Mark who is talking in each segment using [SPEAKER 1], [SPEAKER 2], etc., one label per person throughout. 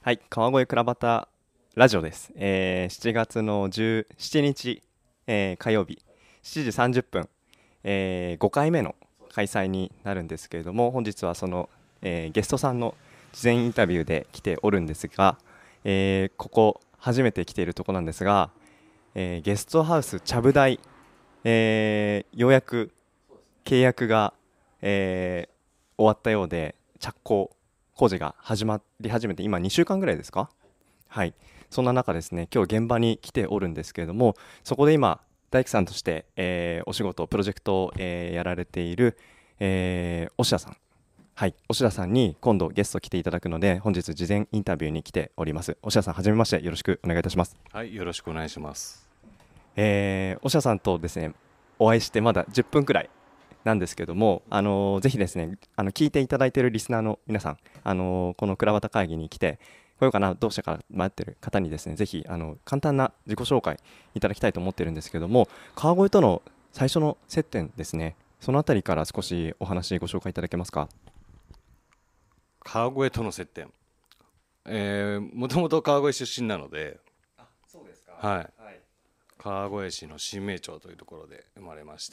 [SPEAKER 1] はい、川越倉端ラジオです。7月の17日、火曜日7時30分、5回目の開催になるんですけれども、本日はその、ゲストさんの事前インタビューで来ておるんですが、ここ初めて来ているところなんですが、ゲストハウスちゃぶ台、ようやく契約が、終わったようで着工工事が始まり始めて今2週間ぐらいですか。はい、そんな中ですね、今日現場に来ておるんですけれども、そこで今大工さんとして、お仕事プロジェクトを、やられている、押田さん、はい、押田さんに今度ゲスト来ていただくので、本日事前インタビューに来ております。押田さん、はじめまして、よろしくお願いいたします。
[SPEAKER 2] はい、よろしくお願いします。
[SPEAKER 1] 押田さんとですね、お会いしてまだ10分くらいなんですけども、ぜひですね、聞いていただいているリスナーの皆さん、この倉端会議に来てこようかな、どうしたか迷っている方にですね、ぜひ簡単な自己紹介いただきたいと思っているんですけども、川越との最初の接点ですね、そのあたりから少しお話ご紹介いただけますか。
[SPEAKER 2] 川越との接点、もともと川越出身なので、
[SPEAKER 1] あ、そうですか。
[SPEAKER 2] はい、
[SPEAKER 1] はい。
[SPEAKER 2] 川越市の新名町というところで生まれまして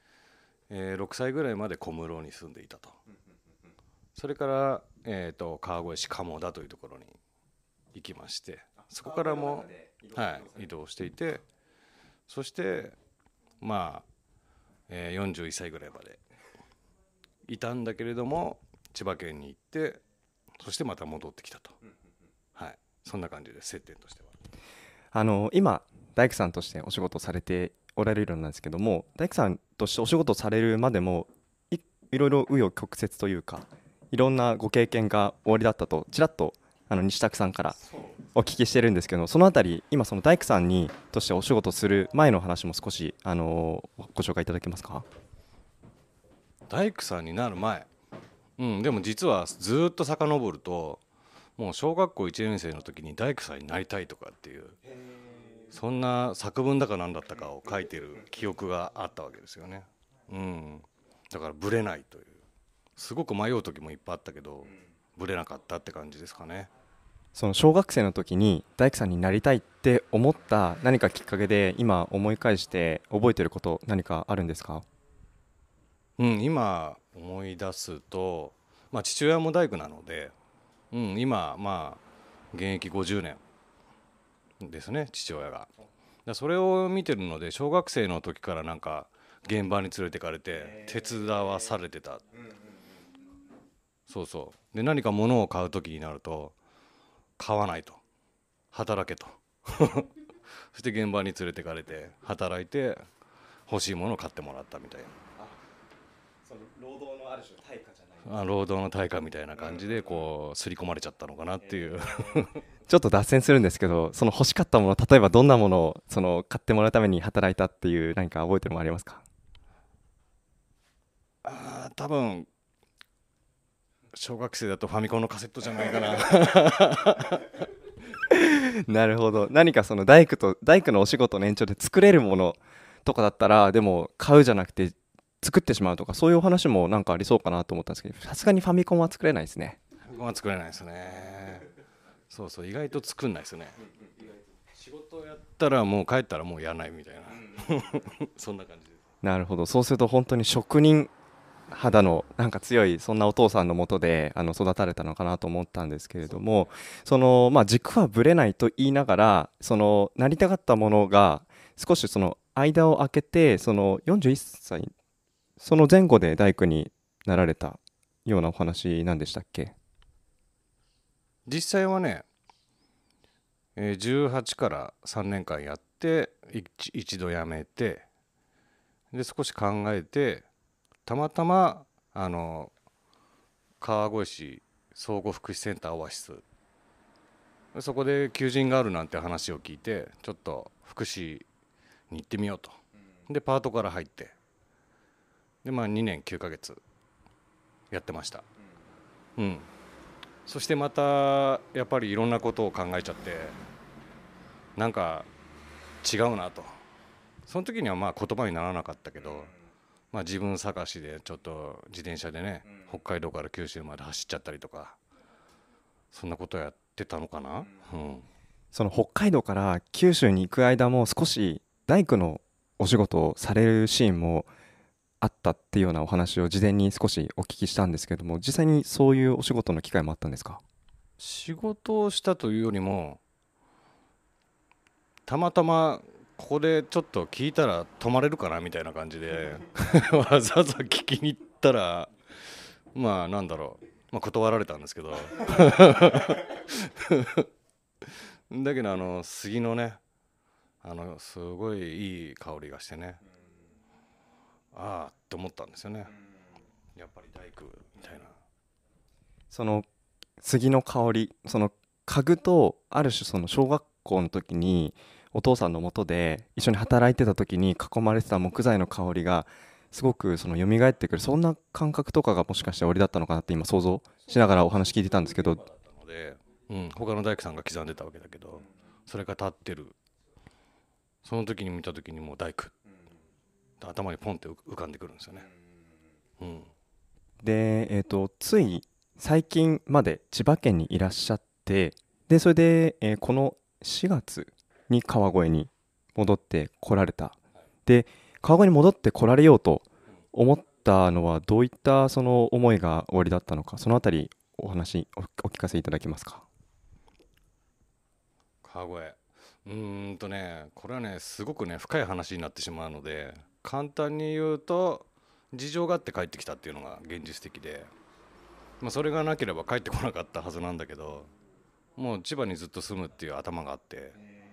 [SPEAKER 2] 、6歳ぐらいまで小室に住んでいたと。それから、川越市鴨田というところに行きまして、そこからも、はい、移動していて、そしてまあ、41歳ぐらいまでいたんだけれども、千葉県に行って、そしてまた戻ってきたと。はい、そんな感じです、接点としては。
[SPEAKER 1] 今大工さんとしてお仕事されておられるんですけども、大工さんとしてお仕事されるまでもいろいろ紆余曲折というか、いろんなご経験がおありだったとちらっと西拓さんからお聞きしてるんですけど、そのあたり今その大工さんにとしてお仕事する前の話も少しご紹介いただけますか。
[SPEAKER 2] 大工さんになる前、でも実はずっと遡ると、もう小学校1年生の時に大工さんになりたいとかっていう、そんな作文だか何だったかを書いてる記憶があったわけですよね。だからブレないという、すごく迷う時もいっぱいあったけど、ブレなかったって感じですかね。
[SPEAKER 1] その小学生の時に大工さんになりたいって思った何かきっかけで今思い返して覚えてること何かあるんですか。
[SPEAKER 2] 今思い出すと、父親も大工なので、今現役50年ですね、父親が。それを見てるので、小学生の時からなんか現場に連れてかれて手伝わされてた。そうそうで、何か物を買う時になると、買わないと、働けとそして現場に連れてかれて働いて、欲しいものを買ってもらったみたいな。
[SPEAKER 1] その労働のある種対価じゃない。
[SPEAKER 2] 労働の対価みたいな感じでこう刷り込まれちゃったのかなっていう
[SPEAKER 1] ちょっと脱線するんですけど、その欲しかったもの、例えばどんなものをその買ってもらうために働いたっていう何か覚えてるものありますか。
[SPEAKER 2] 多分小学生だとファミコンのカセットじゃないかな
[SPEAKER 1] なるほど。何かその大工のお仕事の延長で作れるものとかだったら、でも買うじゃなくて作ってしまうとか、そういうお話もなんかありそうかなと思ったんですけど、さすがにファミコンは作れないですね。
[SPEAKER 2] ファミコンは作れないですね。そうそう、意外と作んないですね。仕事やったらもう帰ったらもうやらないみたいなそんな感じです。
[SPEAKER 1] なるほど。そうすると本当に職人肌のなんか強いそんなお父さんのもとで育たれたのかなと思ったんですけれども、その軸はぶれないと言いながら、そのなりたかったものが少しその間を空けて、その41歳その前後で大工になられたようなお話なんでしたっけ。
[SPEAKER 2] 実際はね、18から3年間やって、一度辞めて、で少し考えて、たまたま川越市総合福祉センターオアシス、そこで求人があるなんて話を聞いて、ちょっと福祉に行ってみようと。でパートから入って、で2年9ヶ月やってました。そしてまたやっぱりいろんなことを考えちゃって、なんか違うなと。その時には言葉にならなかったけど、自分探しでちょっと自転車でね、北海道から九州まで走っちゃったりとか、そんなことやってたのかな、うん、
[SPEAKER 1] その北海道から九州に行く間も少し大工のお仕事をされるシーンもあったっていうようなお話を事前に少しお聞きしたんですけども、実際にそういうお仕事の機会もあったんですか？
[SPEAKER 2] 仕事をしたというよりもたまたまここでちょっと聞いたら泊まれるかなみたいな感じでわざわざ聞きに行ったらまあなんだろう、まあ、断られたんですけどだけど杉のねすごいいい香りがしてね、ああって思ったんですよね。やっぱり大工みたいな。
[SPEAKER 1] その杉の香り、その家具とある種その小学校の時にお父さんの下で一緒に働いてた時に囲まれてた木材の香りがすごくその蘇ってくる、そんな感覚とかがもしかしておりだったのかなって今想像しながらお話聞いてたんですけど。
[SPEAKER 2] ので、他の大工さんが刻んでたわけだけど、それが立ってる、その時に見た時にもう大工、頭にポンって浮かんでくるんですよね。
[SPEAKER 1] で、つい最近まで千葉県にいらっしゃって、でそれで、この4月に川越に戻ってこられた。で川越に戻ってこられようと思ったのはどういったその思いがおありだったのか、そのあたりお話お聞かせいただけますか？
[SPEAKER 2] 川越、これはねすごくね深い話になってしまうので、簡単に言うと事情があって帰ってきたっていうのが現実的で、それがなければ帰ってこなかったはずなんだけど、もう千葉にずっと住むっていう頭があって、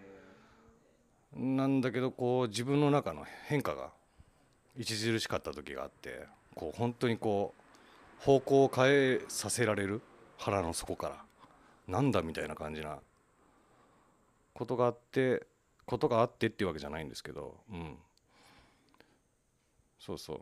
[SPEAKER 2] なんだけどこう自分の中の変化が著しかった時があって、こう本当にこう方向を変えさせられる、腹の底からなんだみたいな感じなことがあってっていうわけじゃないんですけど、そうそう、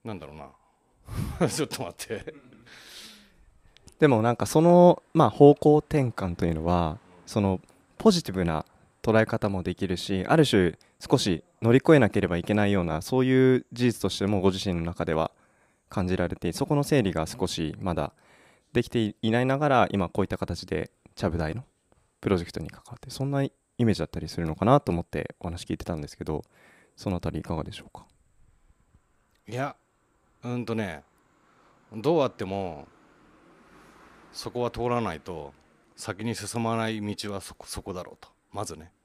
[SPEAKER 2] なんだろうなちょっと待って
[SPEAKER 1] でもなんかその、方向転換というのはそのポジティブな捉え方もできるし、ある種少し乗り越えなければいけないようなそういう事実としてもご自身の中では感じられて、そこの整理が少しまだできていないながら今こういった形でちゃぶ台のプロジェクトに関わって、そんなイメージだったりするのかなと思ってお話聞いてたんですけど、そのあたりいかがでしょうか？
[SPEAKER 2] いや、どうあってもそこは通らないと先に進まない道はそこだろうと、まずね、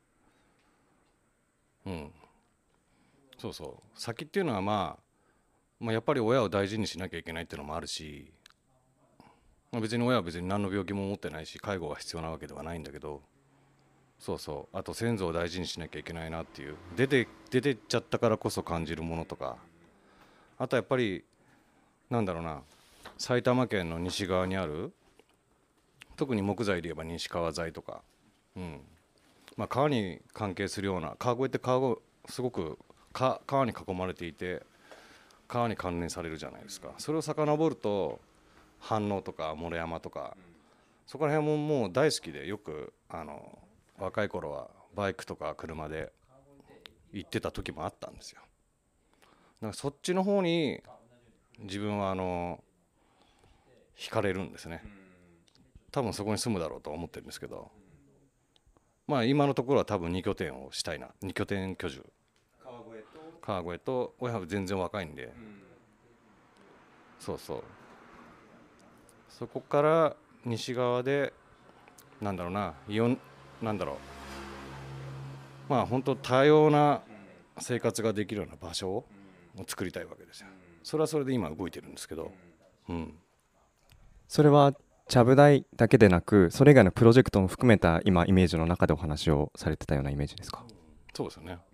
[SPEAKER 2] そうそう、先っていうのはやっぱり親を大事にしなきゃいけないっていうのもあるし、別に親は別に何の病気も持ってないし介護が必要なわけではないんだけど、そうそう、あと先祖を大事にしなきゃいけないなっていう、出てっちゃったからこそ感じるものとか、あとやっぱりなんだろうな、埼玉県の西側にある、特に木材で言えば西川材とか、川に関係するような、川越ってすごく川に囲まれていて川に関連されるじゃないですか。それを遡ると飯能とか毛山とか、そこら辺ももう大好きで、よく若い頃はバイクとか車で行ってた時もあったんですよ。だからそっちの方に自分は惹かれるんですね。多分そこに住むだろうと思ってるんですけど、今のところは多分2拠点をしたいな、2拠点居住、川越と親は全然若いんで、そうそう、そこから西側でなんだろうな、なんだろう、本当多様な生活ができるような場所を作りたいわけですよ。それはそれで今動いてるんですけど、
[SPEAKER 1] それはちゃぶ台だけでなくそれ以外のプロジェクトも含めた今イメージの中でお話をされてたようなイメージですか？
[SPEAKER 2] そうですよね。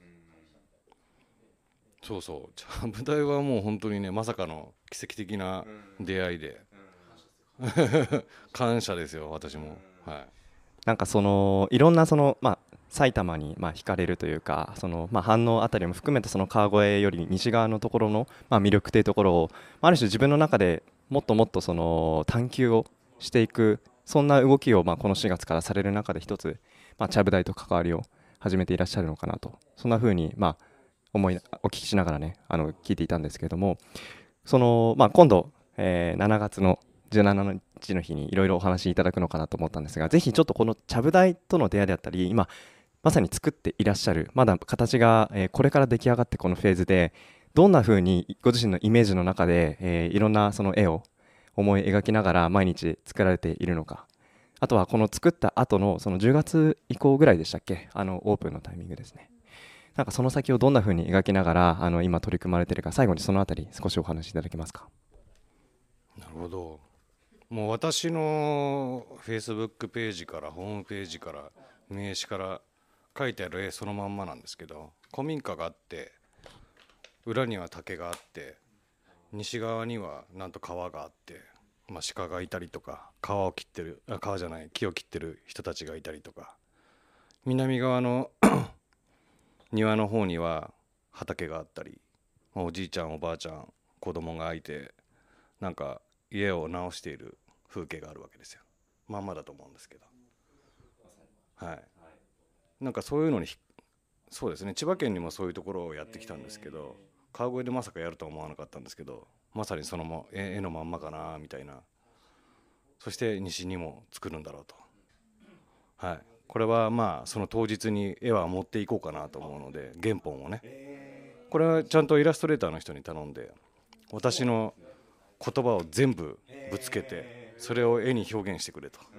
[SPEAKER 2] そうそう、ちゃぶ台はもう本当にね、まさかの奇跡的な出会いで感謝ですよ、私も。
[SPEAKER 1] なんかそのいろんなその、埼玉に惹かれるというか、その飯能あたりも含めたその川越より西側のところの魅力というところをある種自分の中でもっともっとその探求をしていく、そんな動きをこの4月からされる中で一つちゃぶ台と関わりを始めていらっしゃるのかなと、そんな風にお聞きしながらね聞いていたんですけれども、その今度、7月の17 父の日にいろいろお話しいただくのかなと思ったんですが、ぜひちょっとこのちゃぶ台との出会いであったり、今まさに作っていらっしゃる、まだ形が、これから出来上がってこのフェーズで、どんな風にご自身のイメージの中で、いろんなその絵を思い描きながら毎日作られているのか、あとはこの作った後のその10月以降ぐらいでしたっけ、オープンのタイミングですね。なんかその先をどんな風に描きながら今取り組まれているか、最後にそのあたり少しお話しいただけますか。
[SPEAKER 2] なるほど。もう私のフェイスブックページからホームページから名刺から書いてある絵そのまんまなんですけど、古民家があって裏には竹があって西側にはなんと川があって、鹿がいたりとか川じゃない木を切ってる人たちがいたりとか、南側の庭の方には畑があったり、おじいちゃんおばあちゃん子供がいて、なんか家を直している風景があるわけですよ。まんまだと思うんですけど、はい、なんかそういうのにそうですね、千葉県にもそういうところをやってきたんですけど、川越でまさかやるとは思わなかったんですけど、まさにその絵のまんまかなみたいな。そして西にも作るんだろうと、はい、これはその当日に絵は持っていこうかなと思うので、原本をね、これはちゃんとイラストレーターの人に頼んで、私の言葉を全部ぶつけてそれを絵に表現してくれと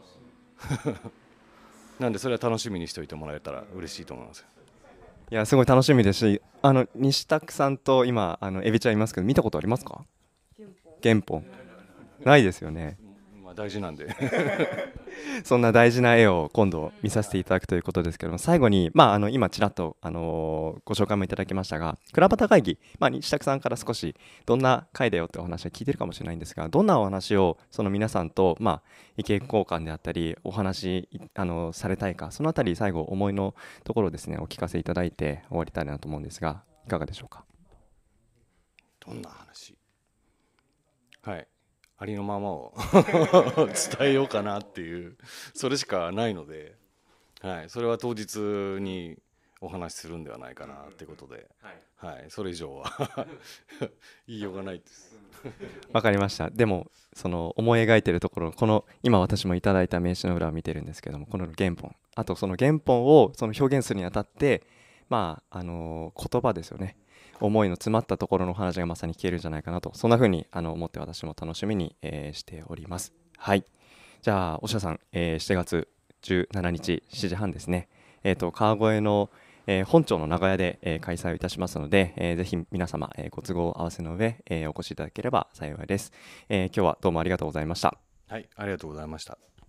[SPEAKER 2] なんでそれは楽しみにしておいてもらえたら嬉しいと思います。
[SPEAKER 1] いや、すごい楽しみですし、西拓さんと今エビちゃんいますけど、見たことありますか。原本ないですよね。
[SPEAKER 2] 大事なんで
[SPEAKER 1] そんな大事な絵を今度見させていただくということですけども、最後に、今ちらっと、ご紹介もいただきましたが、倉端会議、西拓さんから少しどんな会だよってお話は聞いてるかもしれないんですが、どんなお話をその皆さんと、意見交換であったりお話されたいか、そのあたり最後思いのところですね、お聞かせいただいて終わりたいなと思うんですが、いかがでしょうか。
[SPEAKER 2] どんな話、はい、ありのままを伝えようかなっていう、それしかないので、はい、それは当日にお話しするんではないかなっていうことで、はい、それ以上は言いようがないです。
[SPEAKER 1] わかりました。でもその思い描いているところ、この今私もいただいた名刺の裏を見てるんですけども、この原本、あとその原本をその表現するにあたって、言葉ですよね、思いの詰まったところの話がまさに聞けるんじゃないかなと、そんな風に思って私も楽しみに、しております。はい、じゃあおしゃさん、7月17日7時半ですね、川越の本庁の長屋で開催をいたしますので、ぜひ皆様ご都合を合わせの上お越しいただければ幸いです。今日はどうもありがとうございました。
[SPEAKER 2] はい、ありがとうございました。